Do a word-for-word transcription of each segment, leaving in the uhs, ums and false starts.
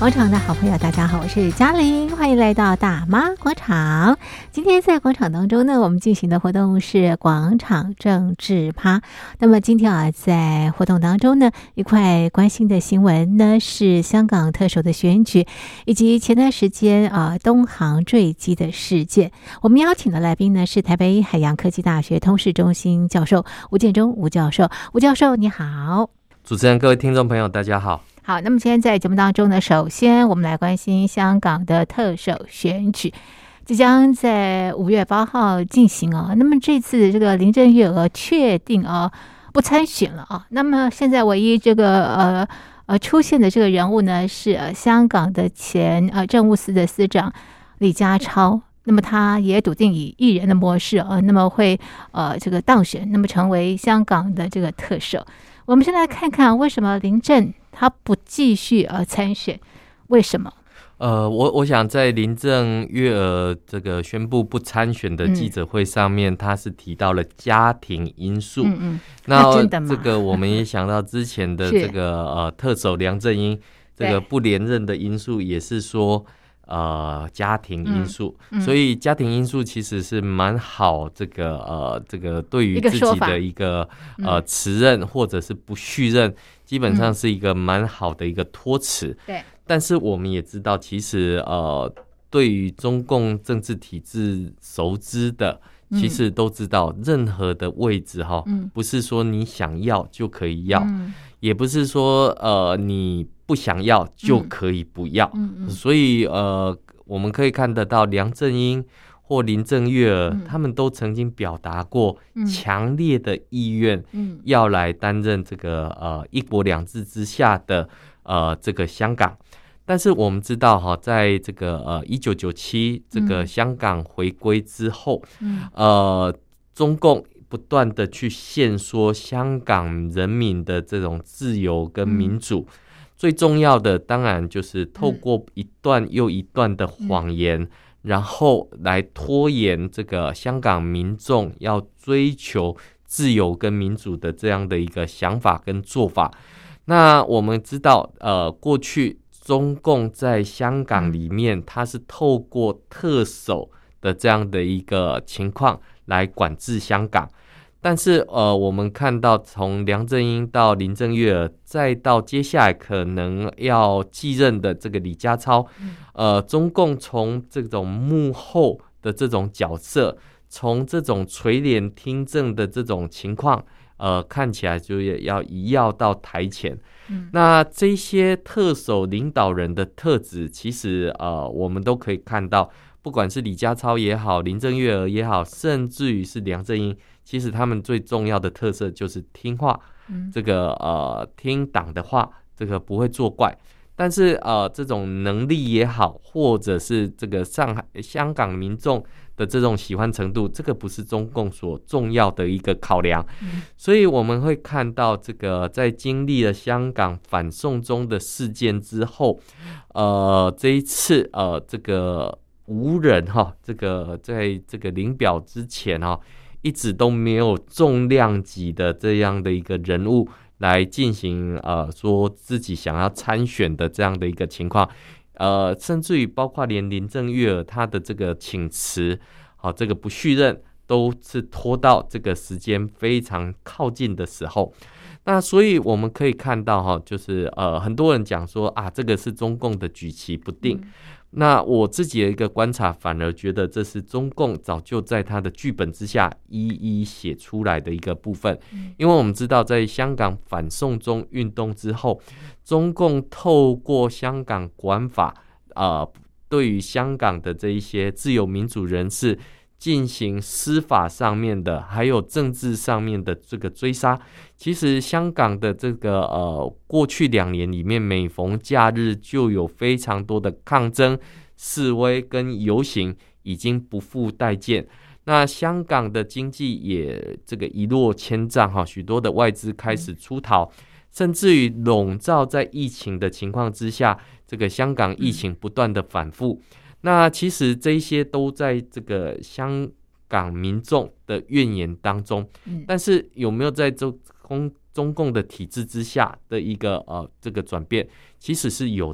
广场的好朋友，大家好，我是嘉玲，欢迎来到大妈广场。今天在广场当中呢，我们进行的活动是广场政治趴。那么今天啊，在活动当中呢，一块关心的新闻呢是香港特首的选举，以及前段时间啊东航坠机的事件。我们邀请的来宾呢是台北海洋科技大学通识中心教授吴建中吴教授。吴教授你好。 主持人，各位听众朋友，大家好。 好，那么今天在节目当中呢，首先我们来关心香港的特首选举，即将在五月八号进行啊。那么这次这个林郑月娥确定啊不参选了啊。那么现在唯一这个呃呃出现的这个人物呢是、呃、香港的前呃政务司的司长李家超。那么他也笃定以一人的模式啊，那么会呃这个当选，那么成为香港的这个特首。我们先来看看为什么林郑他不继续呃参选，为什么？ 呃，我我想在林郑月娥这个宣布不参选的记者会上面，嗯、他是提到了家庭因素。嗯嗯，那这个我们也想到之前的这个呃特首梁振英这个不连任的因素，也是说。呃，家庭因素、嗯嗯，所以家庭因素其实是蛮好，这个呃，这个对于自己的一个呃辞任或者是不续任，基本上是一个蛮好的一个托词。对、嗯，但是我们也知道，其实呃，对于中共政治体制熟知的，其实都知道，任何的位置哈、嗯，不是说你想要就可以要，嗯、也不是说呃你。不想要就可以不要，嗯嗯、所以呃，我们可以看得到梁振英或林郑月娥、嗯，他们都曾经表达过强烈的意愿，嗯、要来担任这个呃一国两制之下的呃这个香港。但是我们知道哈，在这个呃一九九七这个香港回归之后，嗯、呃，中共不断的去限缩香港人民的这种自由跟民主。嗯，最重要的当然就是透过一段又一段的谎言、嗯、然后来拖延这个香港民众要追求自由跟民主的这样的一个想法跟做法。那我们知道呃，过去中共在香港里面它是透过特首的这样的一个情况来管制香港，但是呃，我们看到从梁振英到林郑月娥，再到接下来可能要继任的这个李家超，呃，中共从这种幕后的这种角色，从这种垂帘听政的这种情况，呃，看起来就要移要到台前。嗯、那这些特首领导人的特质，其实呃，我们都可以看到，不管是李家超也好，林郑月娥也好，甚至于是梁振英。其实他们最重要的特色就是听话，嗯、这个呃听党的话，这个不会作怪。但是呃这种能力也好，或者是这个上海香港民众的这种喜欢程度，这个不是中共所重要的一个考量。嗯、所以我们会看到这个在经历了香港反送中的事件之后，呃这一次呃这个无人哈，这个在这个领表之前哈。一直都没有重量级的这样的一个人物来进行呃说自己想要参选的这样的一个情况，呃，甚至于包括连林郑月娥他的这个请辞，好、呃，这个不续任都是拖到这个时间非常靠近的时候。那所以我们可以看到哈，就是呃很多人讲说啊，这个是中共的举棋不定。嗯，那我自己的一个观察，反而觉得这是中共早就在他的剧本之下一一写出来的一个部分。因为我们知道，在香港反送中运动之后，中共透过香港国安法，呃，对于香港的这一些自由民主人士进行司法上面的，还有政治上面的这个追杀。其实香港的这个呃，过去两年里面，每逢假日就有非常多的抗争、示威跟游行，已经不复待见。那香港的经济也这个一落千丈哈，许多的外资开始出逃，甚至于笼罩在疫情的情况之下，这个香港疫情不断的反复。那其实这些都在这个香港民众的怨言当中，嗯、但是有没有在中中共的体制之下的一个呃这个转变，其实是有的。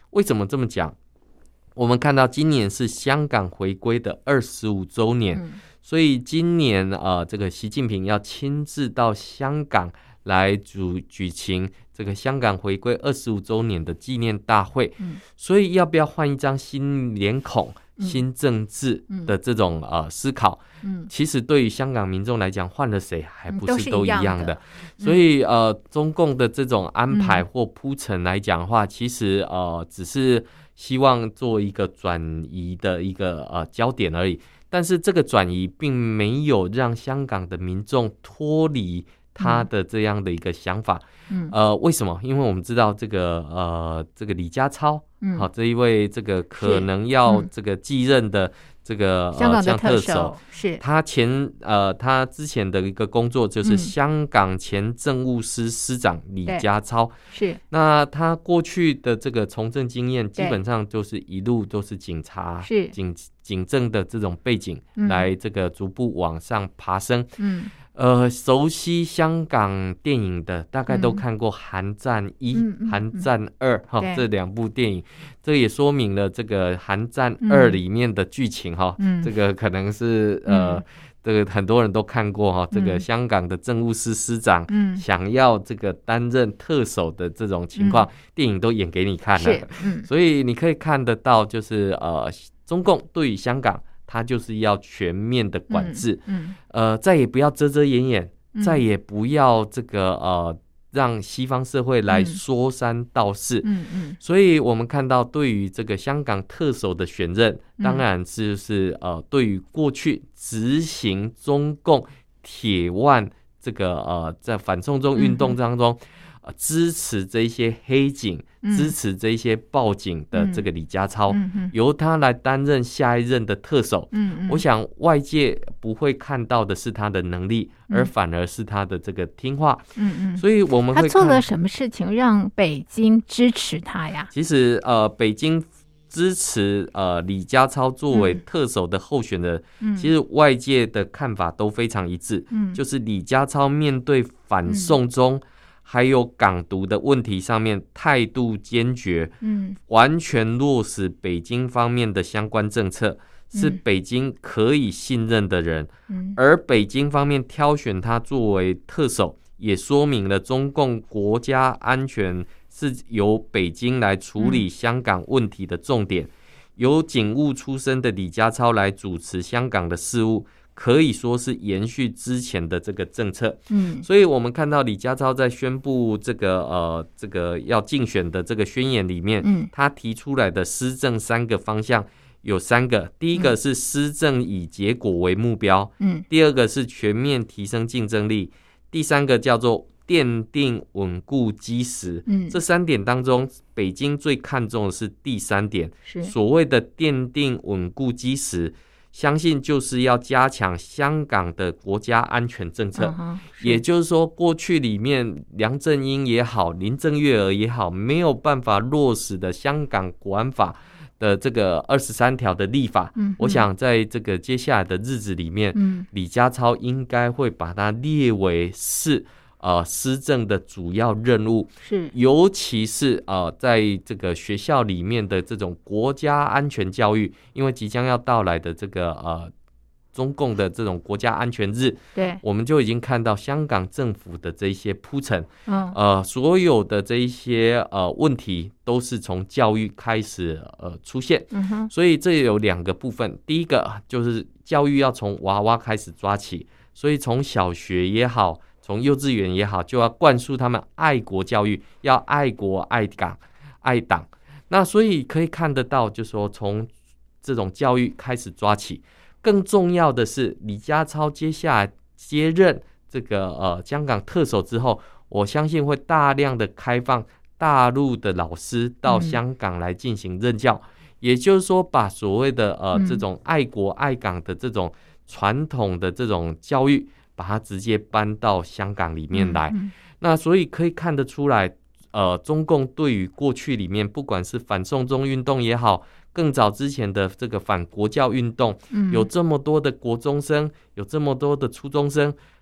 为什么这么讲？我们看到今年是香港回归的二十五周年，嗯、所以今年呃，这个习近平要亲自到香港来举举行这个香港回归二十五周年的纪念大会，嗯、所以要不要换一张新脸孔、嗯、新政治的这种、嗯、呃思考？嗯、其实对于香港民众来讲，换了谁还不是都一样的？嗯、样的所以呃，中共的这种安排或铺陈来讲的话，嗯、其实呃只是希望做一个转移的一个呃焦点而已。但是这个转移并没有让香港的民众脱离他的这样的一个想法，嗯，呃，为什么？因为我们知道这个呃，这个李家超，嗯，好，这一位这个可能要这个继任的这个、 嗯呃、香港的特首， 是他前呃他之前的一个工作就是香港前政务司司长李家超， 是那他过去的这个从政经验基本上就是一路都是警察， 是警警政的这种背景、嗯、来这个逐步往上爬升，嗯。呃，熟悉香港电影的大概都看过《寒战一》嗯、《寒战二》哈、嗯、这两部电影，这也说明了这个《寒战二》里面的剧情哈、嗯，这个可能是呃，嗯、这个很多人都看过哈，这个香港的政务司司长想要这个担任特首的这种情况，嗯、电影都演给你看了，嗯、所以你可以看得到，就是呃，中共对于香港。他就是要全面的管制，嗯嗯、呃，再也不要遮遮掩掩，嗯、再也不要这个呃，让西方社会来说三道四。嗯嗯、所以我们看到，对于这个香港特首的选任，嗯、当然就是呃，对于过去执行中共铁腕这个呃，在反送中运动当中。嗯支持这些黑警、嗯、支持这些报警的这个李家超、嗯嗯、由他来担任下一任的特首、嗯嗯、我想外界不会看到的是他的能力、嗯、而反而是他的这个听话、嗯嗯、所以我们会看他做了什么事情让北京支持他呀？ 其实呃，北京支持呃李家超作为特首的候选人、嗯、其实外界的看法都非常一致、嗯、就是李家超面对反送中、嗯还有港独的问题上面态度坚决，嗯，完全落实北京方面的相关政策，嗯、是北京可以信任的人，嗯，而北京方面挑选他作为特首，也说明了中共国家安全是由北京来处理香港问题的重点，嗯、由警务出身的李家超来主持香港的事务。可以说是延续之前的这个政策，嗯，所以我们看到李家超在宣布这个呃这个要竞选的这个宣言里面，嗯，他提出来的施政三个方向有三个，第一个是施政以结果为目标，嗯，第二个是全面提升竞争力，第三个叫做奠定稳固基石，嗯，这三点当中，北京最看重的是第三点，是所谓的奠定稳固基石。相信就是要加强香港的国家安全政策， uh-huh, 也就是说过去里面梁振英也好林郑月娥也好没有办法落实的香港国安法的这个二十三条的立法、嗯、我想在这个接下来的日子里面、嗯、李家超应该会把它列为是呃，施政的主要任务是，尤其是呃，在这个学校里面的这种国家安全教育，因为即将要到来的这个呃中共的这种国家安全日，对，我们就已经看到香港政府的这一些铺陈，嗯，呃，所有的这一些呃问题都是从教育开始呃出现，嗯哼，所以这有两个部分，第一个就是教育要从娃娃开始抓起，所以从小学也好。从幼稚园也好，就要灌输他们爱国教育，要爱国爱港爱党。那所以可以看得到，就是说从这种教育开始抓起。更重要的是，李家超接下来接任这个呃香港特首之后，我相信会大量的开放大陆的老师到香港来进行任教，嗯、也就是说，把所谓的呃、嗯、这种爱国爱港的这种传统的这种教育。把它直接搬到香港里面来，嗯嗯、那所以可以看得出来，呃，中共对于过去里面不管是反送中运动也好，更早之前的这个反国教运动，嗯、有这么多的国中生，有这么多的初中生，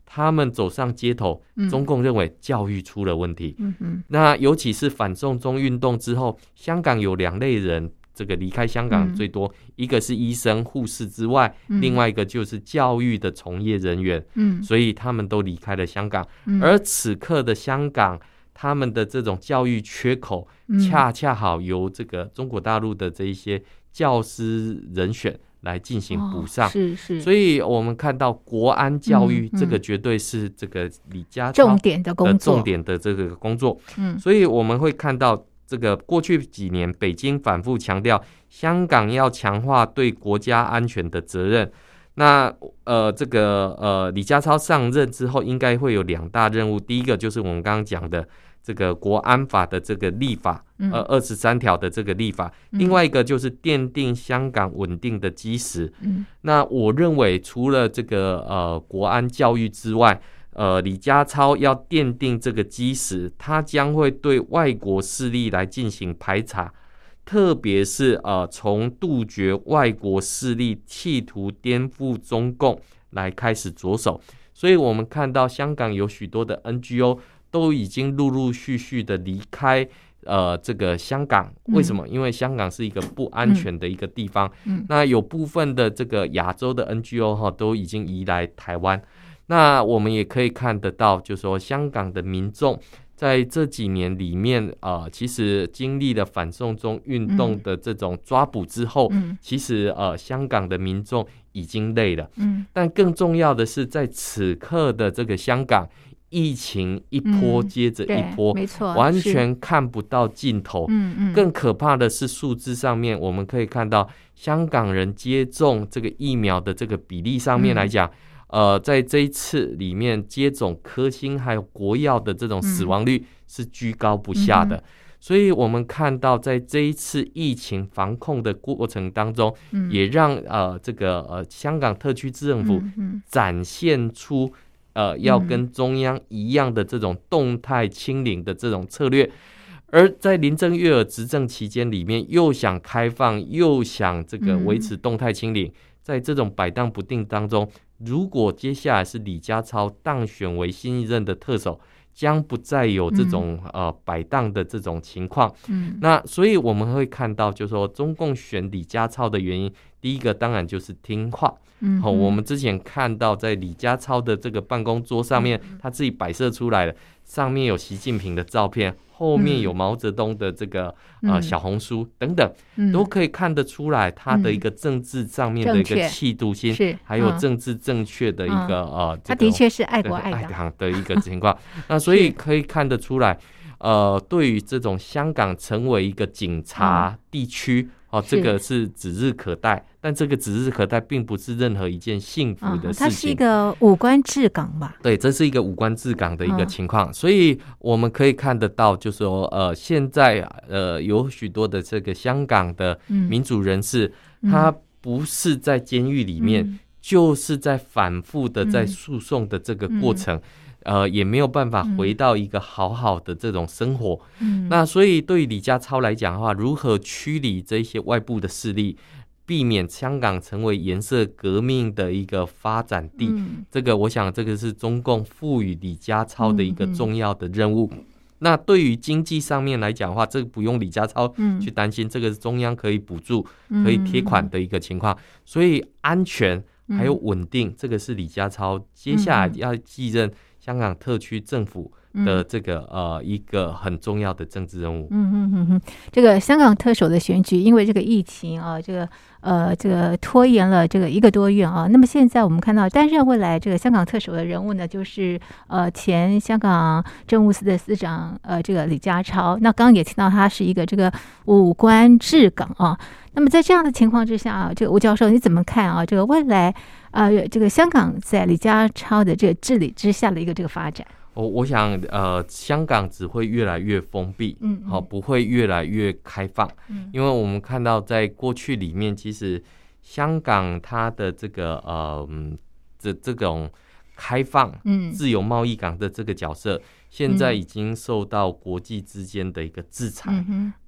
他们走上街头，嗯、中共认为教育出了问题。 嗯嗯， 那尤其是反送中运动之后，香港有两类人这个离开香港最多，嗯、一个是医生、护士之外，嗯、另外一个就是教育的从业人员。嗯，所以他们都离开了香港。嗯、而此刻的香港，他们的这种教育缺口，嗯、恰恰好由这个中国大陆的这一些教师人选来进行补上。 哦、是是， 所以我们看到国安教育、嗯嗯、这个绝对是这个李家超重点的工作， 重点的这个工作。嗯，所以我们会看到。这个过去几年，北京反复强调香港要强化对国家安全的责任。那呃，这个呃，李家超上任之后，应该会有两大任务。第一个就是我们刚刚讲的这个国安法的这个立法，呃，二十三条的这个立法。嗯、另外一个就是奠定香港稳定的基石。嗯、那我认为，除了这个呃国安教育之外，呃，李家超要奠定这个基石，他将会对外国势力来进行排查，特别是呃，从杜绝外国势力企图颠覆中共来开始着手。所以我们看到香港有许多的 N G O 都已经陆陆续续的离开呃这个香港。为什么？因为香港是一个不安全的一个地方。嗯嗯、那有部分的这个亚洲的 N G O 哈都已经移来台湾。那我们也可以看得到，就是说香港的民众在这几年里面，呃，其实经历了反送中运动的这种抓捕之后，嗯、其实呃，香港的民众已经累了。嗯、但更重要的是，在此刻的这个香港，疫情一波接着一波， 嗯、没错， 完全看不到尽头。嗯嗯、更可怕的是数字上面，我们可以看到香港人接种这个疫苗的这个比例上面来讲。嗯呃，在这一次里面，接种科兴还有国药的这种死亡率是居高不下的，嗯、所以我们看到在这一次疫情防控的过程当中，嗯、也让呃这个呃香港特区政府展现出呃要跟中央一样的这种动态清零的这种策略，而在林郑月娥执政期间里面，又想开放，又想这个维持动态清零，在这种摆荡不定当中。如果接下来是李家超当选为新一任的特首，将不再有这种、嗯、呃摆荡的这种情况。嗯，那所以我们会看到，就是说中共选李家超的原因，第一个当然就是听话。嗯、哦，我们之前看到在李家超的这个办公桌上面，嗯、他自己摆设出来了，上面有习近平的照片。后面有毛泽东的这个、嗯、呃小红书等等、嗯，都可以看得出来他的一个政治上面的一个气度心， 是、嗯、 还有政治正确的一个、嗯、呃、这个， 他的确是爱国爱港的一个情况。那所以可以看得出来，呃，对于这种香港成为一个警察地区。嗯哦，这个是指日可待，但这个指日可待并不是任何一件幸福的事情。 它是一个五官治港吧？ 对，这是一个五官治港的一个情况，嗯、所以我们可以看得到，就是说，呃，现在呃有许多的这个香港的民主人士，嗯、他不是在监狱里面，嗯、就是在反复的在诉讼的这个过程。嗯嗯呃，也没有办法回到一个好好的这种生活。嗯，那所以对于李家超来讲的话，如何驱离这些外部的势力，避免香港成为颜色革命的一个发展地，嗯、这个我想这个是中共赋予李家超的一个重要的任务。嗯嗯、那对于经济上面来讲的话，这个不用李家超去担心，嗯、这个是中央可以补助、可以贴款的一个情况。嗯、所以安全还有稳定，嗯、这个是李家超接下来要继任香港特区政府的这个、嗯、呃一个很重要的政治任务。 嗯嗯嗯嗯，这个香港特首的选举，因为这个疫情啊，这个呃这个拖延了这个一个多月啊。那么现在我们看到担任未来这个香港特首的人物呢，就是呃前香港政务司的司长呃这个李家超。那刚刚也听到他是一个这个五官治港啊。那么在这样的情况之下啊，这个吴教授你怎么看啊？这个未来呃这个香港在李家超的这个治理之下的一个这个发展？ 我我想，呃，香港只会越来越封闭，嗯，好、嗯，不会越来越开放，嗯，因为我们看到在过去里面，其实香港它的这个呃这这种开放、嗯，自由贸易港的这个角色，现在已经受到国际之间的一个制裁，嗯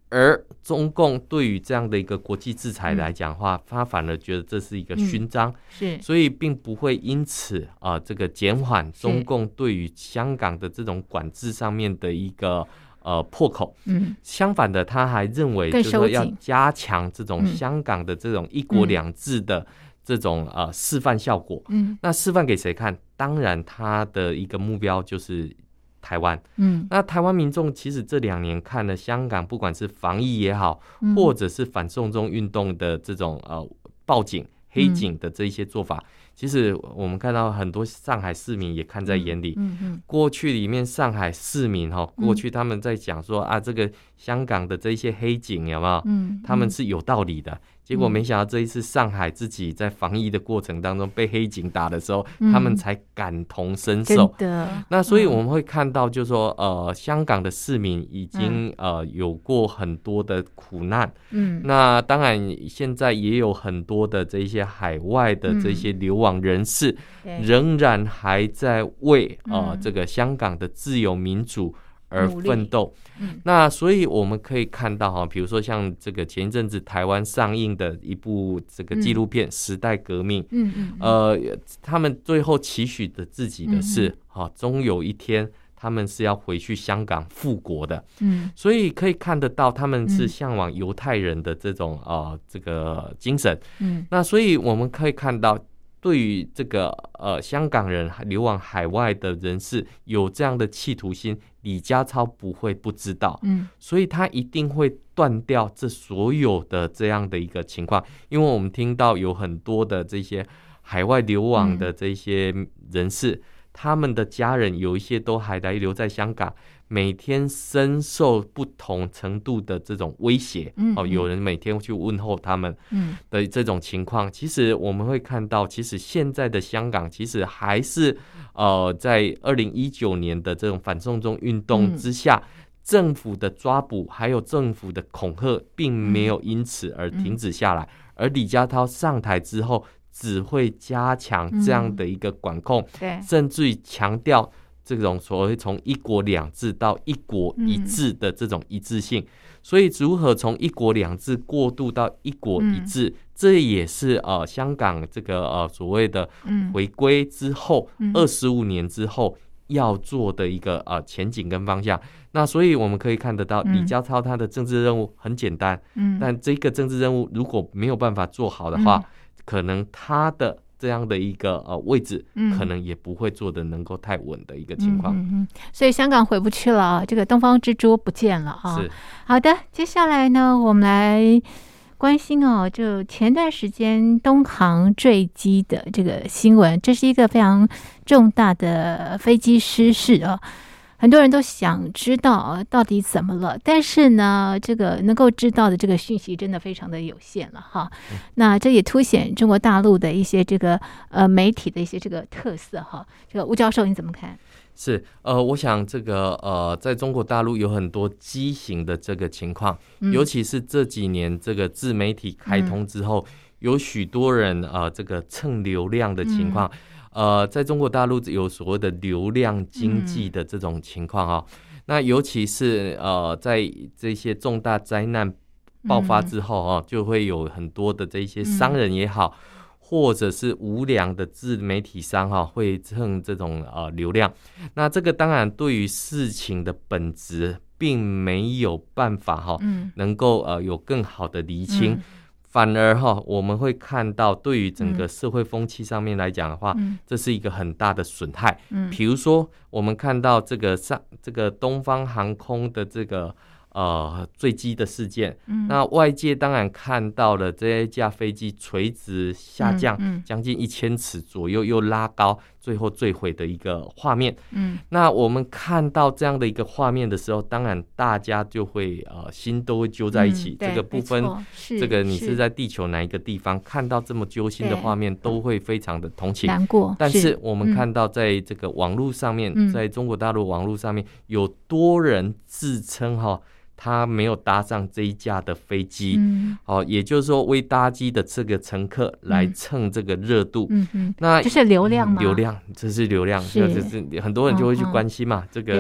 而中共对于这样的一个国际制裁来讲的话，嗯、他反而觉得这是一个勋章， 嗯、是， 所以并不会因此啊、呃、这个减缓中共对于香港的这种管制上面的一个呃破口。嗯，相反的，他还认为就是说要加强这种香港的这种一国两制的这种、嗯、呃示范效果。嗯，那示范给谁看？当然，他的一个目标就是台湾。嗯，那台湾民众其实这两年看了香港，不管是防疫也好，嗯、或者是反送中运动的这种呃报警、黑警的这一些做法。嗯，其实我们看到很多上海市民也看在眼里。嗯嗯、过去里面上海市民哈，过去他们在讲说、嗯、啊，这个香港的这些黑警有没有？嗯，他们是有道理的。结果没想到这一次上海自己在防疫的过程当中被黑警打的时候，嗯、他们才感同身受。 真的。 那所以我们会看到，就是说，呃，香港的市民已经、嗯、呃有过很多的苦难。嗯。那当然，现在也有很多的这些海外的这些流亡人士，嗯、仍然还在为呃、嗯、这个香港的自由民主而奋斗。嗯，那所以我们可以看到哈，比如说像这个前一阵子台湾上映的一部这个纪录片《时代革命》，嗯嗯，呃，他们最后期许的自己的是，哈、嗯，终有一天他们是要回去香港复国的。嗯，所以可以看得到他们是向往犹太人的这种呃这个精神。嗯，那所以我们可以看到，对于这个呃香港人流亡海外的人士有这样的企图心，李家超不会不知道，嗯，所以他一定会断掉这所有的这样的一个情况，因为我们听到有很多的这些海外流亡的这些人士，嗯、他们的家人有一些都还来留在香港，每天深受不同程度的这种威胁。嗯嗯哦，有人每天去问候他们的这种情况，嗯、其实我们会看到，其实现在的香港其实还是呃，在二零一九年的这种反送中运动之下，嗯、政府的抓捕还有政府的恐吓，并没有因此而停止下来。嗯、而李家超上台之后，只会加强这样的一个管控，嗯、甚至于强调这种所谓从一国两制到一国一制的这种一致性。嗯、所以如何从一国两制过渡到一国一制，嗯、这也是呃香港这个呃所谓的回归之后二十五年之后要做的一个呃前景跟方向。那所以我们可以看得到，李家超他的政治任务很简单，嗯、但这个政治任务如果没有办法做好的话，嗯、可能他的这样的一个呃位置，可能也不会做的能够太稳的一个情况。嗯嗯嗯， 所以香港回不去了，这个东方之珠不见了啊。是。好的，接下来呢，我们来关心哦，就前段时间东航坠机的这个新闻，这是一个非常重大的飞机失事啊。很多人都想知道到底怎么了，但是呢，这个能够知道的这个讯息真的非常的有限了哈。嗯、那这也凸显中国大陆的一些这个呃媒体的一些这个特色哈。这个吴教授你怎么看？ 是呃，我想这个呃，在中国大陆有很多畸形的这个情况，嗯、尤其是这几年这个自媒体开通之后，嗯、有许多人呃这个蹭流量的情况。嗯呃，在中国大陆有所谓的流量经济的这种情况啊、哦，嗯、那尤其是呃，在这些重大灾难爆发之后啊、哦，嗯、就会有很多的这些商人也好，嗯、或者是无良的自媒体商哈、哦，会蹭这种呃流量。那这个当然对于事情的本质并没有办法哈、哦，嗯、能够呃有更好的厘清。嗯反而哈，我们会看到，对于整个社会风气上面来讲的话，嗯、这是一个很大的损害。嗯，比如说，我们看到这个上这个东方航空的这个呃坠机的事件，嗯、那外界当然看到了这一架飞机垂直下降将近一千尺左右，又拉高，最后坠毁的一个画面。嗯，那我们看到这样的一个画面的时候，当然大家就会呃心都会揪在一起。嗯、这个部分，这个你是在地球哪一个地方看到这么揪心的画面，都会非常的同情难过。 但是我们看到在这个网络上面，嗯、在中国大陆网络上面，有多人自称哈、哦。他没有搭上这一架的飞机，嗯哦、也就是说为搭机的这个乘客来蹭这个热度，嗯嗯嗯、那这是流量吗？ 流量，这是流量，就是很多人就会去关心嘛，哦、这个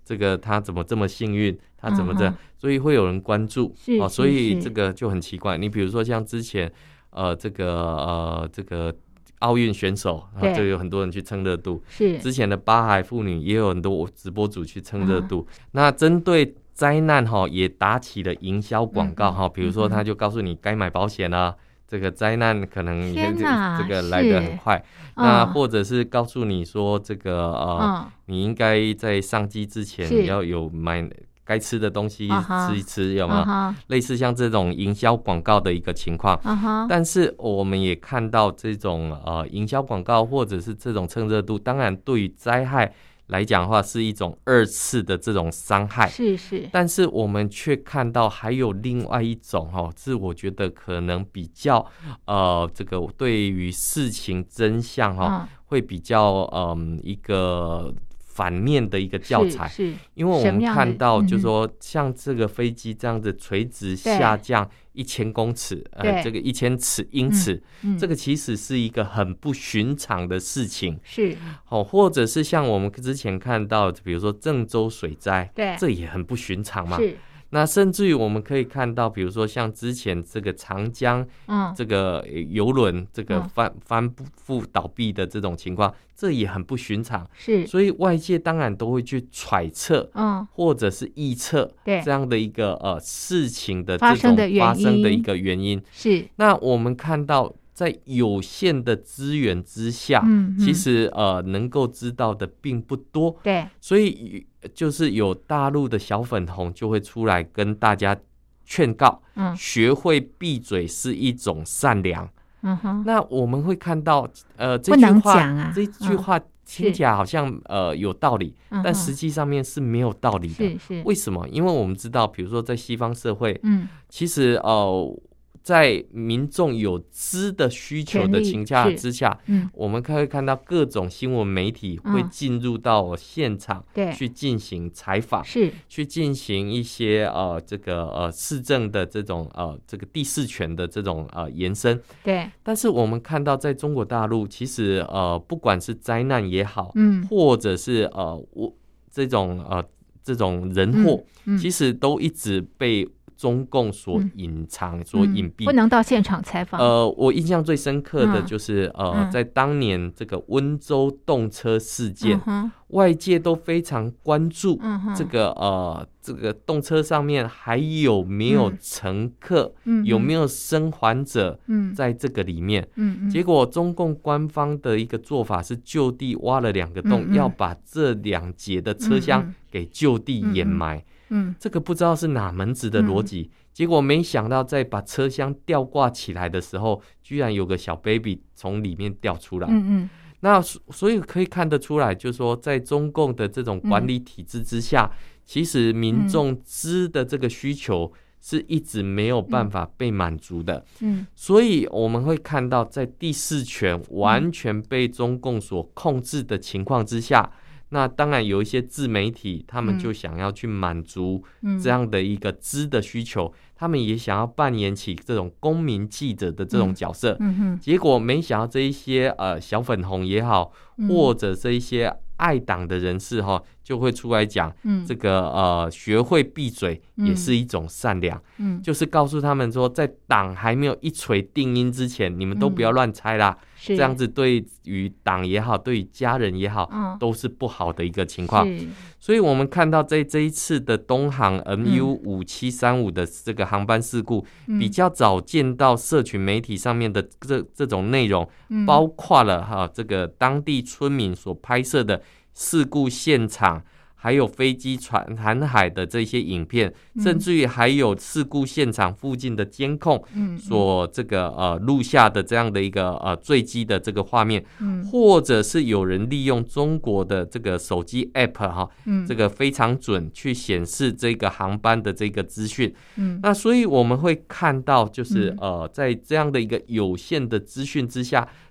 这个他怎么这么幸运，他怎么这样、嗯、所以会有人关注哦，所以这个就很奇怪。你比如说像之前呃这个呃这个奥运选手啊，就有很多人去蹭热度，是之前的巴海妇女也有很多直播主去蹭热度、嗯、那针对灾难哈也打起了营销广告哈、嗯，比如说他就告诉你该买保险啊，这个灾难可能也这个来得很快，那或者是告诉你说这个呃、嗯，你应该在上机之前要有买该吃的东西吃一吃，有没有、uh-huh. 类似像这种营销广告的一个情况、uh-huh. 但是我们也看到这种呃营销广告或者是这种蹭热度，当然对于灾害来讲的话是一种二次的这种伤害，是是，但是我们却看到还有另外一种哦，是我觉得可能比较呃这个对于事情真相哦、嗯、会比较嗯一个反面的一个教材，是是，因为我们看到就是说像这个飞机这样子垂直下降一千公尺，呃，这个一千尺英尺、嗯嗯，这个其实是一个很不寻常的事情，是，哦，或者是像我们之前看到，比如说郑州水灾，对，这也很不寻常嘛，是。那甚至于我们可以看到，比如说像之前这个长江，嗯，这个邮轮这个翻、嗯、翻覆倒闭的这种情况，这也很不寻常，是。所以外界当然都会去揣测，嗯，或者是臆测，对这样的一个呃事情的这种发生的一个原因，是。那我们看到，在有限的资源之下，嗯嗯、其实呃能够知道的并不多，对，所以就是有大陆的小粉红就会出来跟大家劝告，嗯，学会闭嘴是一种善良。嗯哼，那我们会看到，呃，这句话，啊、这句话听起来好像、嗯、呃有道理、嗯，但实际上面是没有道理的。是是，为什么？因为我们知道，比如说在西方社会，嗯，其实呃。在民众有知的需求的情况之下、嗯、我们可以看到各种新闻媒体会进入到现场、嗯、去进行采访，是去进行一些呃这个呃市政的这种呃这个第四权的这种呃延伸，对。但是我们看到在中国大陆，其实呃不管是灾难也好，嗯，或者是呃我这种呃这种人祸、嗯嗯，其实都一直被中共所隐藏、嗯、所隐蔽、嗯， 不能到现场采访。 呃，我印象最深刻的就是、嗯、呃、嗯，在当年这个温州动车事件、嗯，外界都非常关注这个、嗯、呃这个动车上面还有没有乘客，嗯、有没有生还者在这个里面。嗯嗯、结果中共官方的一个做法是就地挖了两个洞、嗯嗯，要把这两节的车厢给就地掩埋。嗯嗯嗯，这个不知道是哪门子的逻辑、嗯，结果没想到在把车厢吊挂起来的时候，居然有个小 baby 从里面掉出来。嗯嗯，那所以可以看得出来，就是说在中共的这种管理体制之下，嗯、其实民众知的这个需求是一直没有办法被满足的。嗯，所以我们会看到，在第四权完全被中共所控制的情况之下。那当然有一些自媒体他们就想要去满足这样的一个知的需求、嗯、他们也想要扮演起这种公民记者的这种角色、嗯嗯、结果没想到这一些呃小粉红也好、嗯、或者这一些爱党的人士哈，就会出来讲、嗯、这个呃学会闭嘴也是一种善良、嗯、就是告诉他们说，在党还没有一锤定音之前，你们都不要乱猜啦、嗯、这样子对于党也好，对于家人也好、嗯、都是不好的一个情况。所以我们看到在这一次的东航 M U 五七三五 的这个航班事故、嗯、比较早见到社群媒体上面的这这种内容、嗯、包括了哈这个当地村民所拍摄的事故现场，还有飞机船航海的这些影片、嗯、甚至于还有事故现场附近的监控所这个呃录下的这样的一个呃坠机的这个画面、嗯、或者是有人利用中国的这个手机 app 哈、嗯，这个非常准去显示这个航班的这个资讯。嗯，那所以我们会看到就是、嗯、呃在这样的一个有限的资讯之下，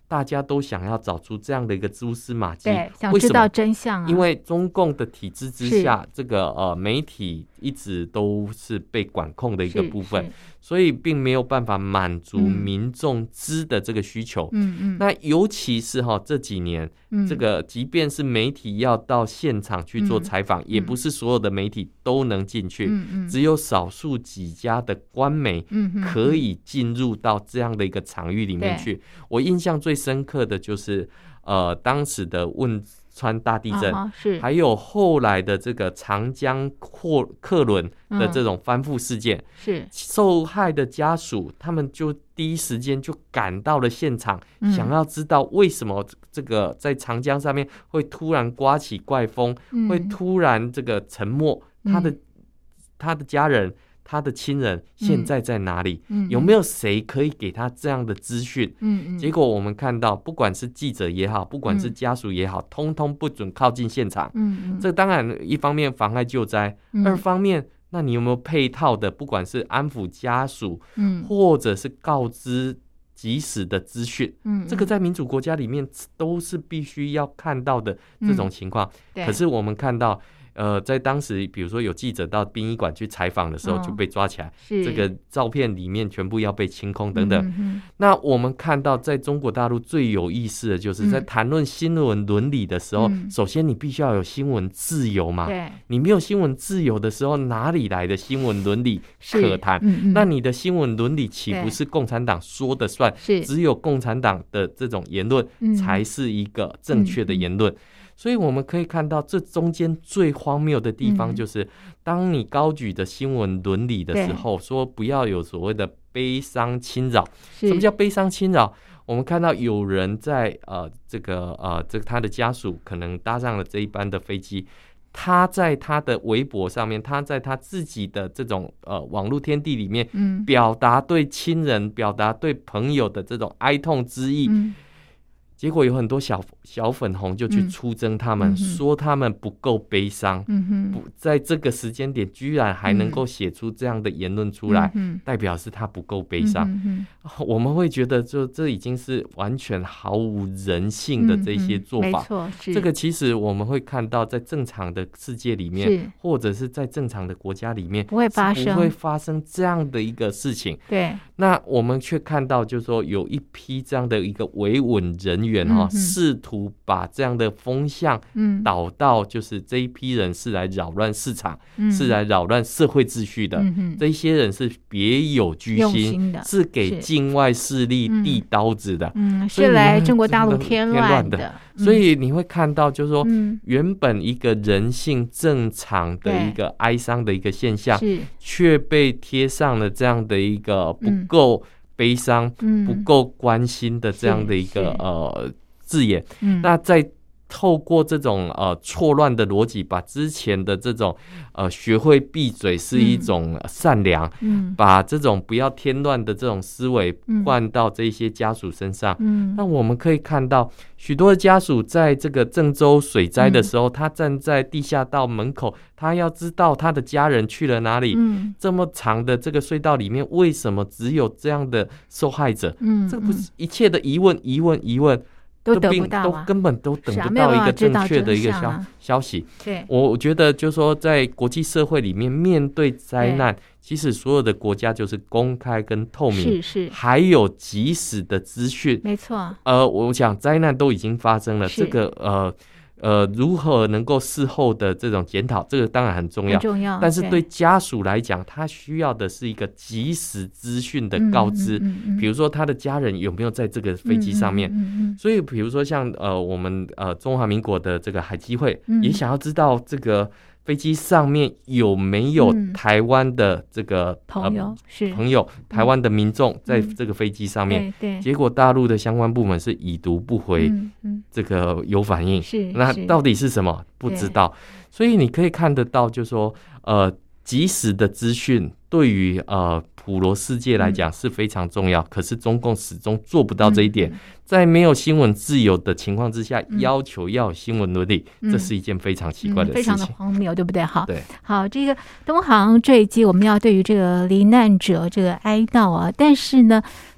大家都想要找出这样的一个蛛丝马迹， 对，想知道真相啊。 因为中共的体制之下，这个呃媒体一直都是被管控的一个部分，所以并没有办法满足民众知的这个需求。嗯嗯。那尤其是哈这几年，嗯、这个即便是媒体要到现场去做采访，嗯、也不是所有的媒体都能进去，嗯嗯、只有少数几家的官媒可以进入到这样的一个场域里面去。我印象最深刻的就是呃当时的汶川大地震，哦、是还有后来的这个长江货客轮的这种翻覆事件，嗯、是受害的家属他们就第一时间就赶到了现场，嗯、想要知道为什么这个在长江上面会突然刮起怪风，嗯、会突然这个沉没，他的、嗯、他的家人他的亲人现在在哪里？嗯、有没有谁可以给他这样的资讯？嗯嗯、结果我们看到，不管是记者也好，不管是家属也好，嗯、通通不准靠近现场。嗯嗯、这当然一方面妨碍救灾，嗯、二方面，那你有没有配套的，不管是安抚家属，嗯、或者是告知及时的资讯？嗯嗯、这个在民主国家里面都是必须要看到的这种情况。嗯、可是我们看到。呃，在当时，比如说有记者到殡仪馆去采访的时候，就被抓起来，哦、这个照片里面全部要被清空等等。嗯、那我们看到，在中国大陆最有意思的就是在谈论新闻伦理的时候，嗯、首先你必须要有新闻自由嘛。对，你没有新闻自由的时候，哪里来的新闻伦理可谈？嗯嗯、那你的新闻伦理岂不是共产党说的算？只有共产党的这种言论才是一个正确的言论。嗯嗯所以我们可以看到，这中间最荒谬的地方就是，嗯、当你高举的新闻伦理的时候，说不要有所谓的悲伤侵扰。什么叫悲伤侵扰？我们看到有人在呃这个呃这个他的家属可能搭上了这一班的飞机，他在他的微博上面，他在他自己的这种呃网络天地里面，嗯、表达对亲人、表达对朋友的这种哀痛之意。嗯结果有很多小小粉红就去出征他们，嗯、说他们不够悲伤，嗯、不在这个时间点居然还能够写出这样的言论出来，嗯、代表是他不够悲伤。嗯、我们会觉得，就这已经是完全毫无人性的这些做法。嗯、这个其实我们会看到，在正常的世界里面，或者是在正常的国家里面，不会发生，不会发生这样的一个事情。对，那我们却看到，就是说有一批这样的一个维稳人员。嗯、试图把这样的风向导到，就是这一批人是来扰乱市场，嗯、是来扰乱社会秩序的。嗯、这些人是别有居心，是给境外势力递刀子的，嗯、是来中国大陆添乱的。嗯、所以你会看到，就是说，嗯、原本一个人性正常的一个哀伤的一个现象，却被贴上了这样的一个不够。悲伤不够关心的这样的一个、嗯、呃字眼，嗯、那在透过这种呃错乱的逻辑，把之前的这种呃学会闭嘴是一种善良，嗯、把这种不要添乱的这种思维灌到这些家属身上。嗯、那我们可以看到，许多的家属在这个郑州水灾的时候，嗯、他站在地下道门口，他要知道他的家人去了哪里。嗯、这么长的这个隧道里面，为什么只有这样的受害者？嗯、这不是一切的疑问，疑问，疑问。都得不到、啊、都根本都等不到一个正确的一个消、啊、消息。对，我觉得就是说，在国际社会里面，面对灾难，其实所有的国家就是公开跟透明，是是，还有及时的资讯。没错。呃，我想灾难都已经发生了，这个呃。呃，如何能够事后的这种检讨，这个当然很重要，很重要。但是对家属来讲，他需要的是一个及时资讯的告知，嗯嗯嗯、比如说他的家人有没有在这个飞机上面。嗯嗯嗯、所以，比如说像呃我们呃中华民国的这个海基会，嗯、也想要知道这个飞机上面有没有台湾的这个、嗯、朋友、呃、是朋友，台湾的民众在这个飞机上面。嗯、对对。结果大陆的相关部门是已读不回，嗯嗯、这个有反应。是。那到底是什么？不知道。所以你可以看得到，就是说，呃，及时的资讯对于呃普罗世界来讲是非常重要，嗯、可是中共始终做不到这一点。嗯、在没有新闻自由的情况之下，嗯、要求要有新闻伦理，嗯、这是一件非常奇怪的事情，嗯、非常的荒谬，对不对？好，对，好，这个东航坠机，我们要对于这个罹难者这个哀悼啊，但是呢，对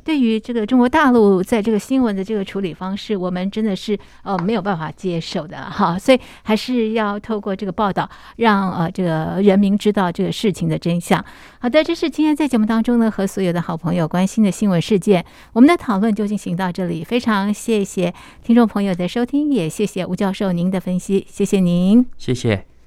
对于这个中国大陆在这个新闻的这个处理方式，我们真的是呃没有办法接受的哈，所以还是要透过这个报道，让呃这个人民知道这个事情的真相。好的，这是今天在节目当中呢和所有的好朋友关心的新闻事件，我们的讨论就进行到这里，非常谢谢听众朋友的收听，也谢谢吴教授您的分析，谢谢您， 谢谢。